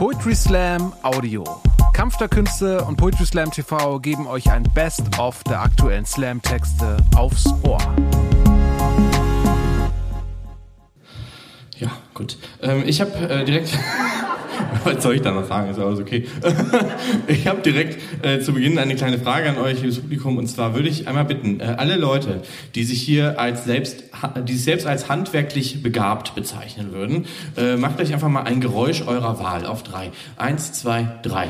Poetry Slam Audio. Kampf der Künste und Poetry Slam TV geben euch ein Best-of der aktuellen Slam-Texte aufs Ohr. Ja, gut. Ich habe direkt... Was soll ich da noch sagen? Ist alles okay. Ich habe direkt zu Beginn eine kleine Frage an euch, liebes Publikum. Und zwar würde ich einmal bitten, alle Leute, die sich hier die sich selbst als handwerklich begabt bezeichnen würden, macht euch einfach mal ein Geräusch eurer Wahl auf 3. 1, 2, 3.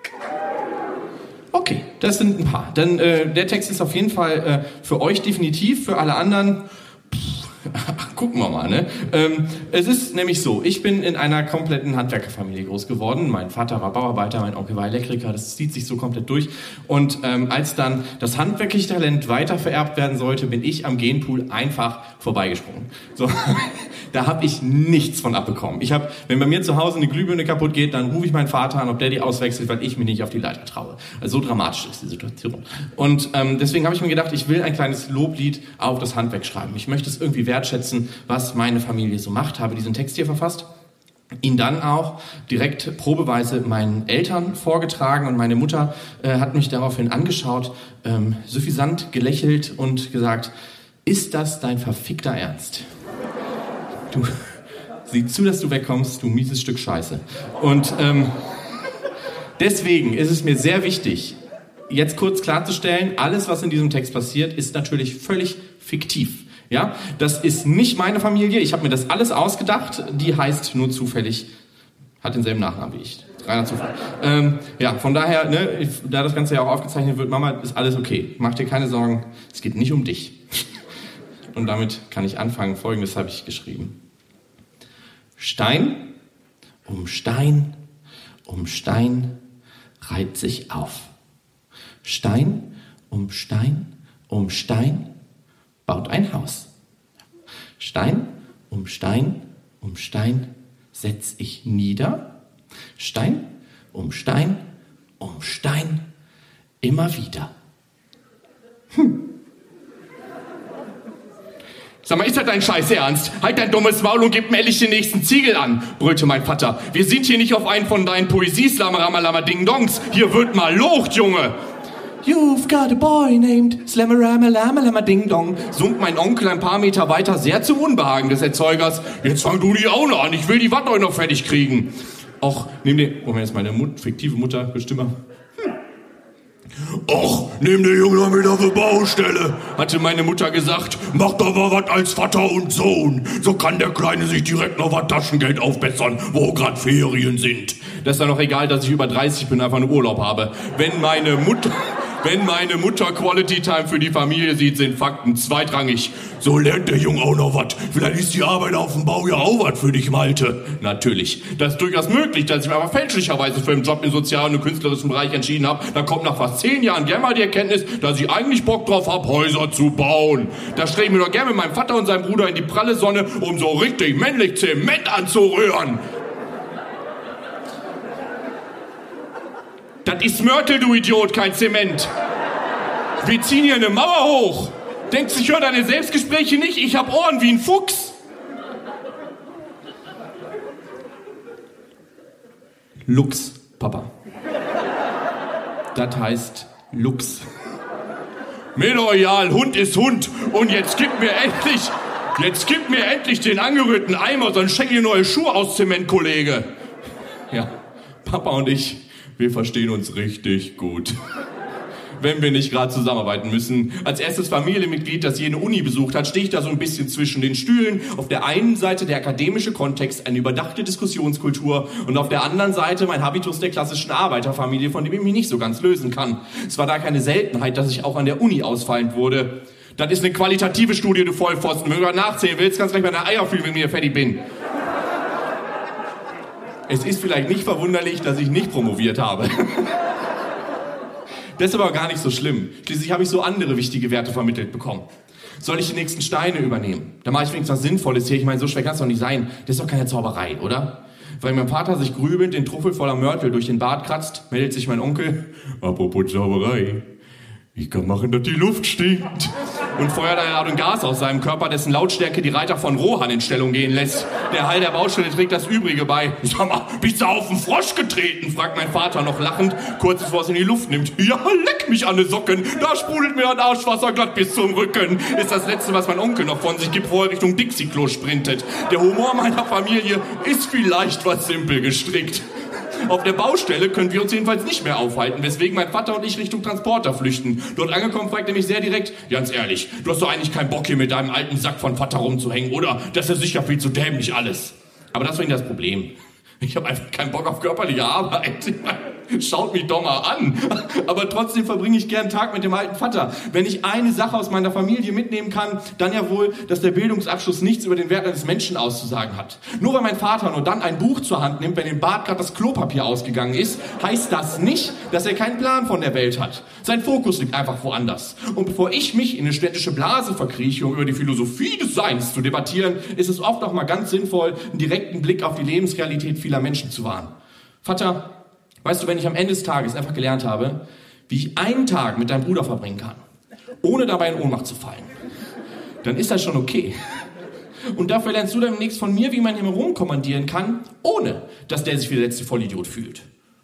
Okay, das sind ein paar. Dann der Text ist auf jeden Fall für euch definitiv, für alle anderen... Gucken wir mal, ne? Es ist nämlich so, ich bin in einer kompletten Handwerkerfamilie groß geworden. Mein Vater war Bauarbeiter, mein Onkel war Elektriker, das zieht sich so komplett durch. Und als dann das handwerkliche Talent weiter vererbt werden sollte, bin ich am Genpool einfach vorbeigesprungen. So, da habe ich nichts von abbekommen. Wenn bei mir zu Hause eine Glühbirne kaputt geht, dann rufe ich meinen Vater an, ob der die auswechselt, weil ich mich nicht auf die Leiter traue. Also so dramatisch ist die Situation. Und deswegen habe ich mir gedacht, ich will ein kleines Loblied auf das Handwerk schreiben. Ich möchte es irgendwie wertschätzen, was meine Familie so macht, habe diesen Text hier verfasst, ihn dann auch direkt probeweise meinen Eltern vorgetragen und meine Mutter hat mich daraufhin angeschaut, suffisant gelächelt und gesagt, ist das dein verfickter Ernst? Du, sieh zu, dass du wegkommst, du mieses Stück Scheiße. Und deswegen ist es mir sehr wichtig, jetzt kurz klarzustellen, alles, was in diesem Text passiert, ist natürlich völlig fiktiv. Ja, das ist nicht meine Familie, ich habe mir das alles ausgedacht, die heißt nur zufällig, hat denselben Nachnamen wie ich, reiner Zufall. Ja, von daher, ne, da das Ganze ja auch aufgezeichnet wird, Mama, ist alles okay, mach dir keine Sorgen, es geht nicht um dich. Und damit kann ich anfangen, Folgendes habe ich geschrieben. Stein um Stein um Stein reiht sich auf. Stein um Stein um Stein baut ein Haus. Stein um Stein um Stein setz ich nieder. Stein um Stein um Stein immer wieder. Sag mal, ist das dein Scheiß Ernst? Halt dein dummes Maul und gib mir ehrlich den nächsten Ziegel an, brüllte mein Vater. Wir sind hier nicht auf einen von deinen Poesie-Slammerama-Lama-Ding-Dongs. Hier wird mal locht, Junge. You've got a boy named Slammerama-Lama-Ding-Dong, summt mein Onkel ein paar Meter weiter, sehr zum Unbehagen des Erzeugers. Jetzt fang du die auch noch an, ich will die Watt euch noch fertig kriegen. Och, Moment, ist meine fiktive Mutter, Bestimmer. Och, nimm den Jungen mit auf die Baustelle, hatte meine Mutter gesagt. Mach doch mal was als Vater und Sohn. So kann der Kleine sich direkt noch was Taschengeld aufbessern, wo gerade Ferien sind. Das ist ja noch egal, dass ich über 30 bin, einfach einen Urlaub habe. Wenn meine Mutter Quality Time für die Familie sieht, sind Fakten zweitrangig. So lernt der Junge auch noch was. Vielleicht ist die Arbeit auf dem Bau ja auch was für dich, Malte. Natürlich. Das ist durchaus möglich, dass ich mich aber fälschlicherweise für einen Job im sozialen und künstlerischen Bereich entschieden habe. Da kommt nach fast 10 Jahren gerne mal die Erkenntnis, dass ich eigentlich Bock drauf habe, Häuser zu bauen. Da stelle ich mir doch gerne mit meinem Vater und seinem Bruder in die pralle Sonne, um so richtig männlich Zement anzurühren. Das ist Mörtel, du Idiot, kein Zement. Wir ziehen hier eine Mauer hoch. Denkst du, ich höre deine Selbstgespräche nicht? Ich hab Ohren wie ein Fuchs. Lux, Papa. Das heißt Lux. Mir loyal, Hund ist Hund. Und jetzt gib mir endlich den angerührten Eimer, sonst schenk dir neue Schuhe aus Zement, Kollege. Ja, Papa und ich, wir verstehen uns richtig gut. Wenn wir nicht gerade zusammenarbeiten müssen. Als erstes Familienmitglied, das jene Uni besucht hat, stehe ich da so ein bisschen zwischen den Stühlen. Auf der einen Seite der akademische Kontext, eine überdachte Diskussionskultur und auf der anderen Seite mein Habitus der klassischen Arbeiterfamilie, von dem ich mich nicht so ganz lösen kann. Es war da keine Seltenheit, dass ich auch an der Uni ausfallend wurde. Das ist eine qualitative Studie, du Vollpfosten. Wenn du mal nachzählen willst, kannst du gleich meine Eier fühlen, wenn ich hier fertig bin. Es ist vielleicht nicht verwunderlich, dass ich nicht promoviert habe. Das ist aber gar nicht so schlimm. Schließlich habe ich so andere wichtige Werte vermittelt bekommen. Soll ich die nächsten Steine übernehmen? Da mache ich wenigstens was Sinnvolles hier. Ich meine, so schwer kann es doch nicht sein. Das ist doch keine Zauberei, oder? Weil mein Vater sich grübelnd den Truffel voller Mörtel durch den Bart kratzt, meldet sich mein Onkel. Apropos Zauberei. Ich kann machen, dass die Luft stinkt. und feuert ein Gas aus seinem Körper, dessen Lautstärke die Reiter von Rohan in Stellung gehen lässt. Der Hall der Baustelle trägt das Übrige bei. Sag mal, bist du auf den Frosch getreten? Fragt mein Vater noch lachend, kurz bevor es in die Luft nimmt. Ja, leck mich an den Socken, da sprudelt mir ein Arschwasser glatt bis zum Rücken. Ist das Letzte, was mein Onkel noch von sich gibt, bevor er Richtung Dixie-Klo sprintet. Der Humor meiner Familie ist vielleicht was simpel gestrickt. Auf der Baustelle können wir uns jedenfalls nicht mehr aufhalten, weswegen mein Vater und ich Richtung Transporter flüchten. Dort angekommen fragt er mich sehr direkt, ganz ehrlich, du hast doch eigentlich keinen Bock hier mit deinem alten Sack von Vater rumzuhängen, oder? Das ist sicher viel zu dämlich alles. Aber das war nicht das Problem. Ich habe einfach keinen Bock auf körperliche Arbeit. Schaut mich doch mal an. Aber trotzdem verbringe ich gern einen Tag mit dem alten Vater. Wenn ich eine Sache aus meiner Familie mitnehmen kann, dann ja wohl, dass der Bildungsabschluss nichts über den Wert eines Menschen auszusagen hat. Nur weil mein Vater nur dann ein Buch zur Hand nimmt, wenn im Bad gerade das Klopapier ausgegangen ist, heißt das nicht, dass er keinen Plan von der Welt hat. Sein Fokus liegt einfach woanders. Und bevor ich mich in eine städtische Blase verkrieche, um über die Philosophie des Seins zu debattieren, ist es oft auch mal ganz sinnvoll, einen direkten Blick auf die Lebensrealität vieler Menschen zu wahren. Vater, weißt du, wenn ich am Ende des Tages einfach gelernt habe, wie ich einen Tag mit deinem Bruder verbringen kann, ohne dabei in Ohnmacht zu fallen, dann ist das schon okay. Und dafür lernst du dann demnächst von mir, wie man ihn herumkommandieren kann, ohne dass der sich wie der letzte Vollidiot fühlt.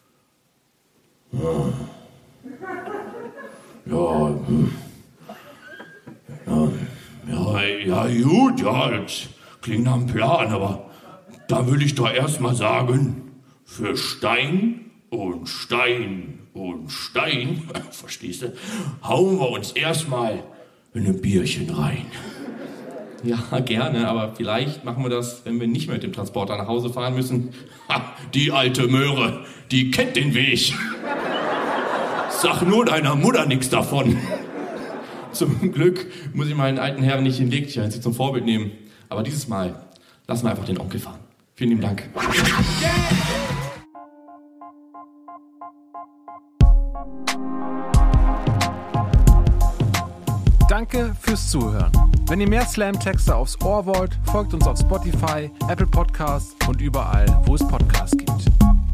Ja, gut, ja, das klingt nach einem Plan, aber da würde ich doch erstmal sagen, für Stein und Stein und Stein, verstehst du, hauen wir uns erstmal in ein Bierchen rein. Ja, gerne, aber vielleicht machen wir das, wenn wir nicht mehr mit dem Transporter nach Hause fahren müssen. Ha, die alte Möhre, die kennt den Weg. Sag nur deiner Mutter nichts davon. Zum Glück muss ich meinen alten Herren nicht den Weg zum Vorbild nehmen. Aber dieses Mal lassen wir einfach den Onkel fahren. Vielen lieben Dank. Danke fürs Zuhören. Wenn ihr mehr Slam-Texte aufs Ohr wollt, folgt uns auf Spotify, Apple Podcasts und überall, wo es Podcasts gibt.